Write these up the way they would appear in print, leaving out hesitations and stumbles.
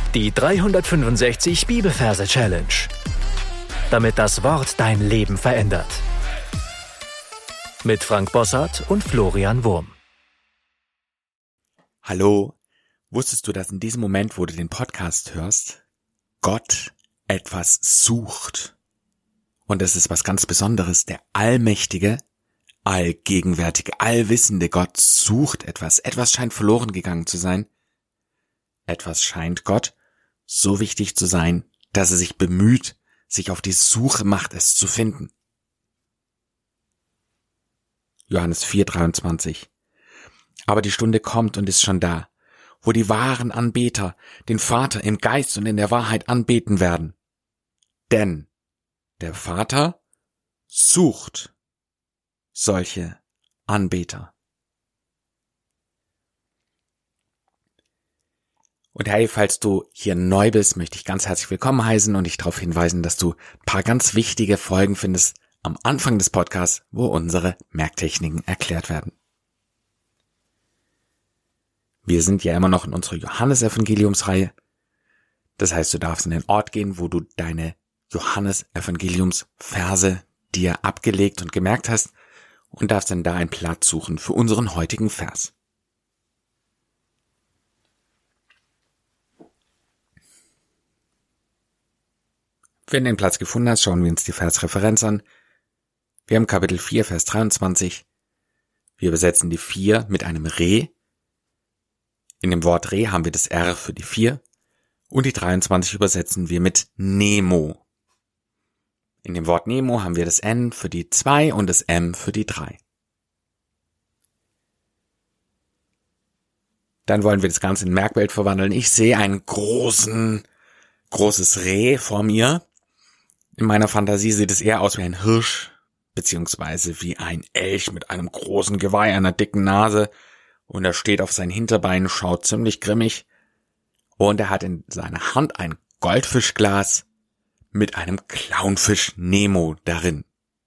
Die 365 Bibelverse Challenge. Damit das Wort dein Leben verändert. Mit Frank Bossart und Florian Wurm. Hallo, wusstest du, dass in diesem Moment, wo du den Podcast hörst, Gott etwas sucht? Und das ist was ganz Besonderes. Der allmächtige, allgegenwärtige, allwissende Gott sucht etwas. Etwas scheint verloren gegangen zu sein. Etwas scheint Gott so wichtig zu sein, dass er sich bemüht, sich auf die Suche macht, es zu finden. Johannes 4,23. Aber die Stunde kommt und ist schon da, wo die wahren Anbeter den Vater im Geist und in der Wahrheit anbeten werden. Denn der Vater sucht solche Anbeter. Und hey, falls du hier neu bist, möchte ich ganz herzlich willkommen heißen und dich darauf hinweisen, dass du ein paar ganz wichtige Folgen findest am Anfang des Podcasts, wo unsere Merktechniken erklärt werden. Wir sind ja immer noch in unserer Johannes-Evangeliumsreihe. Das heißt, du darfst in den Ort gehen, wo du deine Johannes-Evangeliumsverse dir abgelegt und gemerkt hast und darfst dann da einen Platz suchen für unseren heutigen Vers. Wenn du den Platz gefunden hast, schauen wir uns die Versreferenz an. Wir haben Kapitel 4, Vers 23. Wir übersetzen die 4 mit einem Re. In dem Wort Re haben wir das R für die 4. Und die 23 übersetzen wir mit Nemo. In dem Wort Nemo haben wir das N für die 2 und das M für die 3. Dann wollen wir das Ganze in ein Merkbild verwandeln. Ich sehe ein großes Reh vor mir. In meiner Fantasie sieht es eher aus wie ein Hirsch, beziehungsweise wie ein Elch mit einem großen Geweih, einer dicken Nase. Und er steht auf seinen Hinterbeinen, schaut ziemlich grimmig. Und er hat in seiner Hand ein Goldfischglas mit einem Clownfisch Nemo darin.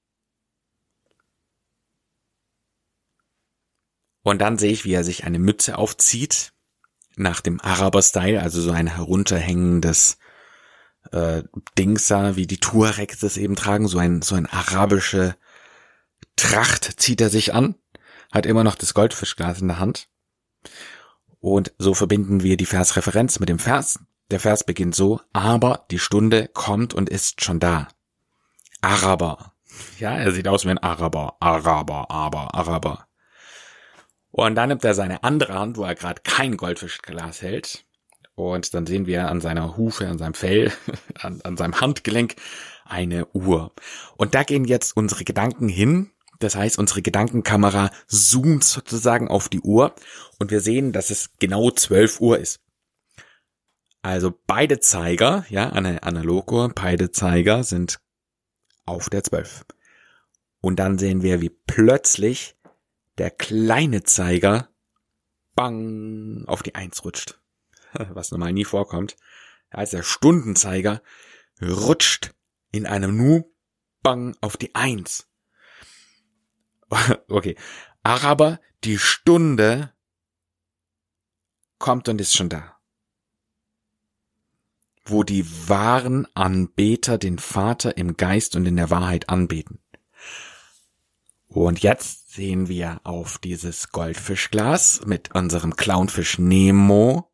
Und dann sehe ich, wie er sich eine Mütze aufzieht, nach dem Araber-Style, also so ein herunterhängendes Dings da, wie die Tuaregs das eben tragen, so ein arabische Tracht zieht er sich an, hat immer noch das Goldfischglas in der Hand. Und so verbinden wir die Versreferenz mit dem Vers. Der Vers beginnt so: Aber die Stunde kommt und ist schon da. Araber. Ja, er sieht aus wie ein Araber. Araber. Und dann nimmt er seine andere Hand, wo er gerade kein Goldfischglas hält. Und dann sehen wir an seiner Hufe, an seinem Fell, an seinem Handgelenk eine Uhr. Und da gehen jetzt unsere Gedanken hin. Das heißt, unsere Gedankenkamera zoomt sozusagen auf die Uhr. Und wir sehen, dass es genau 12 Uhr ist. Also beide Zeiger, ja, eine Analoguhr, beide Zeiger sind auf der 12. Und dann sehen wir, wie plötzlich der kleine Zeiger bang auf die 1 rutscht. Was normal nie vorkommt. Also der Stundenzeiger rutscht in einem Nu bang auf die 1. Okay. Aber die Stunde kommt und ist schon da. Wo die wahren Anbeter den Vater im Geist und in der Wahrheit anbeten. Und jetzt sehen wir auf dieses Goldfischglas mit unserem Clownfisch Nemo.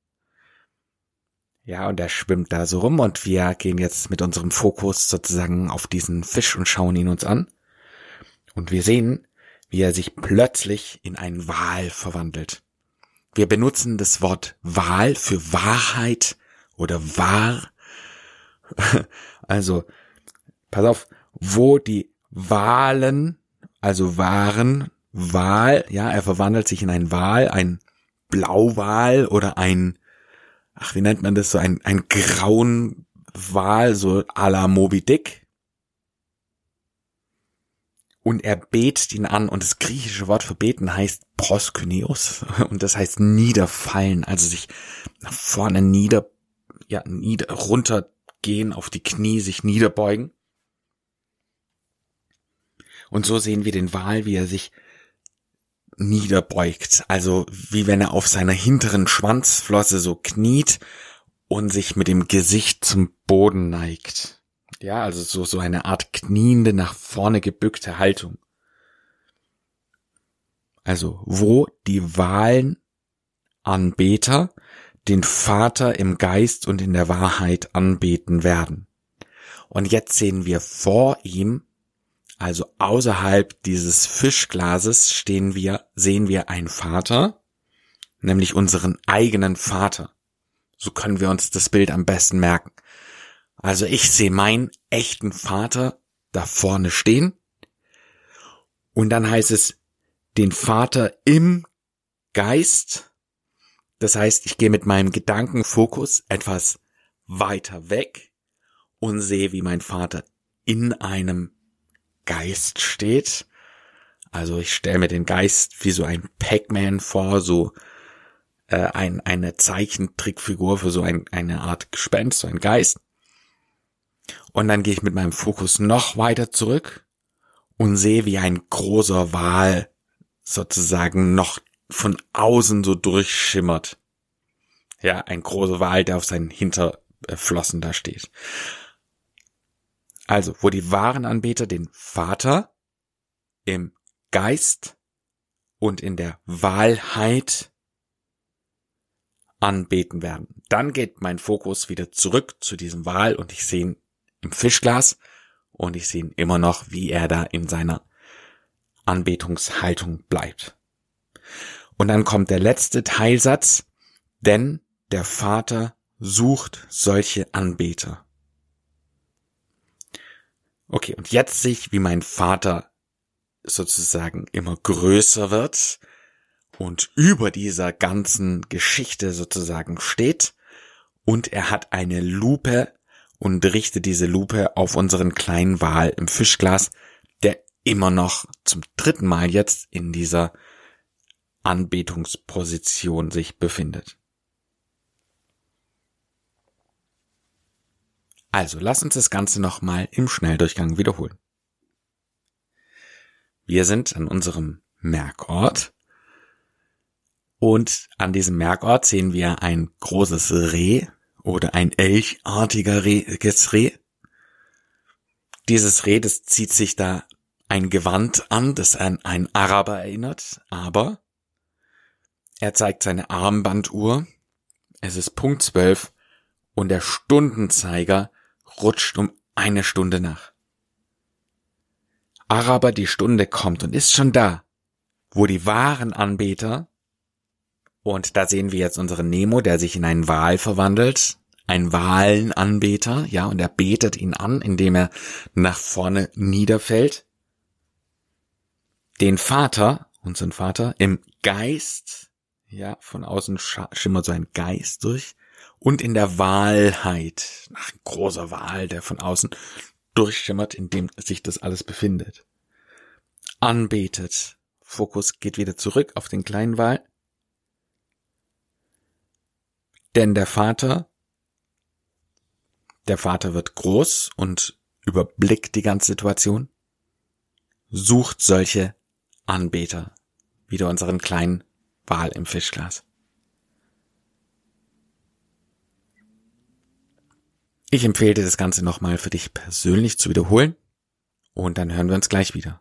Ja, und er schwimmt da so rum und wir gehen jetzt mit unserem Fokus sozusagen auf diesen Fisch und schauen ihn uns an. Und wir sehen, wie er sich plötzlich in einen Wal verwandelt. Wir benutzen das Wort Wal für Wahrheit oder wahr. Also, pass auf, wo die Walen, also wahren Wal, ja, er verwandelt sich in einen Wal, ein Blauwal oder ein, wie nennt man das, so ein grauen Wal, so à la Moby Dick. Und er betet ihn an und das griechische Wort für beten heißt proskyneos und das heißt niederfallen, also sich nach vorne runtergehen, auf die Knie, sich niederbeugen. Und so sehen wir den Wal, wie er sich niederbeugt, also wie wenn er auf seiner hinteren Schwanzflosse so kniet und sich mit dem Gesicht zum Boden neigt. Ja, also so eine Art kniende, nach vorne gebückte Haltung. Also, wo die Wahlenanbeter den Vater im Geist und in der Wahrheit anbeten werden. Und jetzt sehen wir vor ihm, also außerhalb dieses Fischglases sehen wir einen Vater, nämlich unseren eigenen Vater. So können wir uns das Bild am besten merken. Also ich sehe meinen echten Vater da vorne stehen und dann heißt es den Vater im Geist. Das heißt, ich gehe mit meinem Gedankenfokus etwas weiter weg und sehe, wie mein Vater in einem Geist steht. Also ich stelle mir den Geist wie so ein Pac-Man vor, so eine Zeichentrickfigur für so eine Art Gespenst, so ein Geist. Und dann gehe ich mit meinem Fokus noch weiter zurück und sehe, wie ein großer Wal sozusagen noch von außen so durchschimmert. Ja, ein großer Wal, der auf seinen Hinterflossen da steht. Also, wo die wahren Anbeter den Vater im Geist und in der Wahrheit anbeten werden. Dann geht mein Fokus wieder zurück zu diesem Wal und ich sehe ihn im Fischglas und ich sehe ihn immer noch, wie er da in seiner Anbetungshaltung bleibt. Und dann kommt der letzte Teilsatz, denn der Vater sucht solche Anbeter. Okay, und jetzt sehe ich, wie mein Vater sozusagen immer größer wird und über dieser ganzen Geschichte sozusagen steht und er hat eine Lupe und richtet diese Lupe auf unseren kleinen Wal im Fischglas, der immer noch zum 3. Mal jetzt in dieser Anbetungsposition sich befindet. Also, lass uns das Ganze nochmal im Schnelldurchgang wiederholen. Wir sind an unserem Merkort und an diesem Merkort sehen wir ein großes Reh oder ein elchartiges Reh. Dieses Reh, das zieht sich da ein Gewand an, das an einen Araber erinnert, aber er zeigt seine Armbanduhr, es ist Punkt 12 und der Stundenzeiger rutscht um 1 Stunde nach. Aber die Stunde kommt und ist schon da, wo die wahren Anbeter, und da sehen wir jetzt unseren Nemo, der sich in einen Wal verwandelt, ein Walenanbeter, ja, und er betet ihn an, indem er nach vorne niederfällt, den Vater, unseren Vater, im Geist, ja, von außen schimmert so ein Geist durch, und in der Wahrheit, ein großer Wal, der von außen durchschimmert, in dem sich das alles befindet. Anbetet. Fokus geht wieder zurück auf den kleinen Wal. Denn der Vater wird groß und überblickt die ganze Situation, sucht solche Anbeter, wieder unseren kleinen Wal im Fischglas. Ich empfehle dir das Ganze nochmal für dich persönlich zu wiederholen und dann hören wir uns gleich wieder.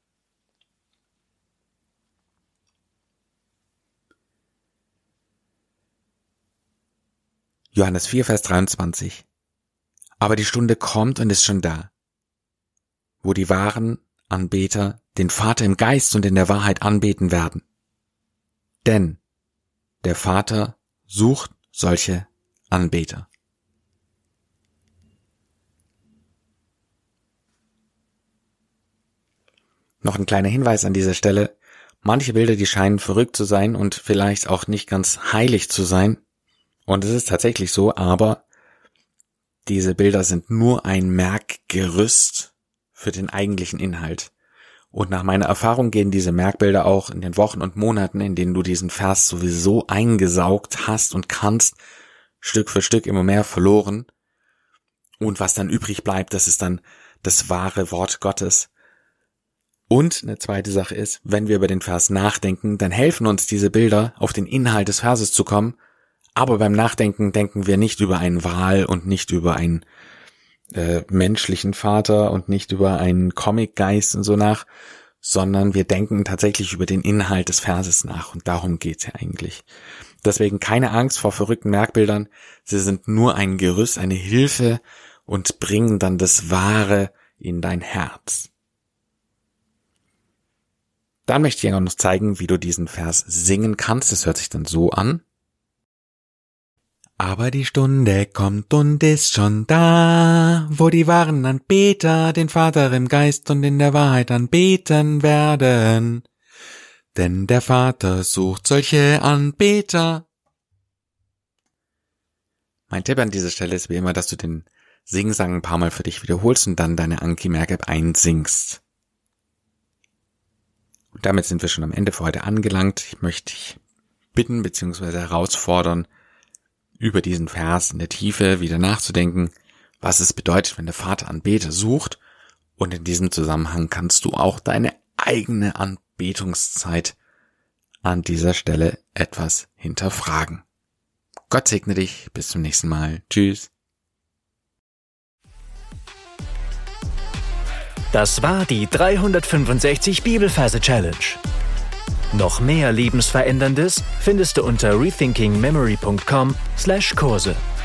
Johannes 4, Vers 23. Aber die Stunde kommt und ist schon da, wo die wahren Anbeter den Vater im Geist und in der Wahrheit anbeten werden. Denn der Vater sucht solche Anbeter. Noch ein kleiner Hinweis an dieser Stelle. Manche Bilder, die scheinen verrückt zu sein und vielleicht auch nicht ganz heilig zu sein. Und es ist tatsächlich so, aber diese Bilder sind nur ein Merkgerüst für den eigentlichen Inhalt. Und nach meiner Erfahrung gehen diese Merkbilder auch in den Wochen und Monaten, in denen du diesen Vers sowieso eingesaugt hast und kannst, Stück für Stück immer mehr verloren. Und was dann übrig bleibt, das ist dann das wahre Wort Gottes. Und eine zweite Sache ist, wenn wir über den Vers nachdenken, dann helfen uns diese Bilder, auf den Inhalt des Verses zu kommen, Aber beim Nachdenken denken wir nicht über einen Wal und nicht über einen menschlichen Vater und nicht über einen Comicgeist und so nach, sondern wir denken tatsächlich über den Inhalt des Verses nach und darum geht's ja eigentlich. Deswegen keine Angst vor verrückten Merkbildern, sie sind nur ein Gerüst, eine Hilfe und bringen dann das Wahre in dein Herz. Dann möchte ich dir noch zeigen, wie du diesen Vers singen kannst. Das hört sich dann so an. Aber die Stunde kommt und ist schon da, wo die wahren Anbeter den Vater im Geist und in der Wahrheit anbeten werden. Denn der Vater sucht solche Anbeter. Mein Tipp an dieser Stelle ist wie immer, dass du den Singsang ein paar Mal für dich wiederholst und dann deine Anki-Merk-App einsingst. Und damit sind wir schon am Ende für heute angelangt. Ich möchte dich bitten bzw. herausfordern, über diesen Vers in der Tiefe wieder nachzudenken, was es bedeutet, wenn der Vater Anbeter sucht. Und in diesem Zusammenhang kannst du auch deine eigene Anbetungszeit an dieser Stelle etwas hinterfragen. Gott segne dich. Bis zum nächsten Mal. Tschüss. Das war die 365 Bibelverse Challenge. Noch mehr Lebensveränderndes findest du unter rethinkingmemory.com/Kurse.